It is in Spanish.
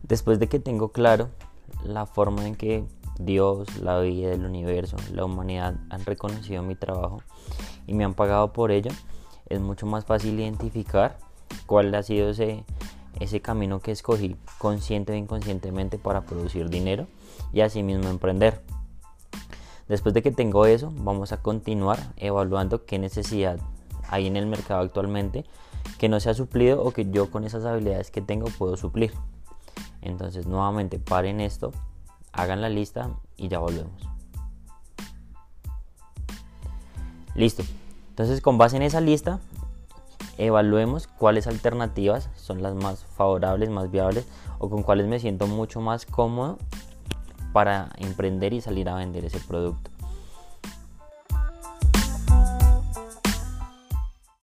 Después de que tengo claro la forma en que Dios, la vida, el universo, la humanidad han reconocido mi trabajo y me han pagado por ello, es mucho más fácil identificar cuál ha sido ese camino que escogí consciente o inconscientemente para producir dinero y así mismo emprender. Después de que tengo eso, vamos a continuar evaluando qué necesidad hay en el mercado actualmente que no se ha suplido o que yo con esas habilidades que tengo puedo suplir. Entonces nuevamente paren esto, hagan la lista y ya volvemos. Listo. Entonces con base en esa lista evaluemos cuáles alternativas son las más favorables, más viables o con cuáles me siento mucho más cómodo para emprender y salir a vender ese producto.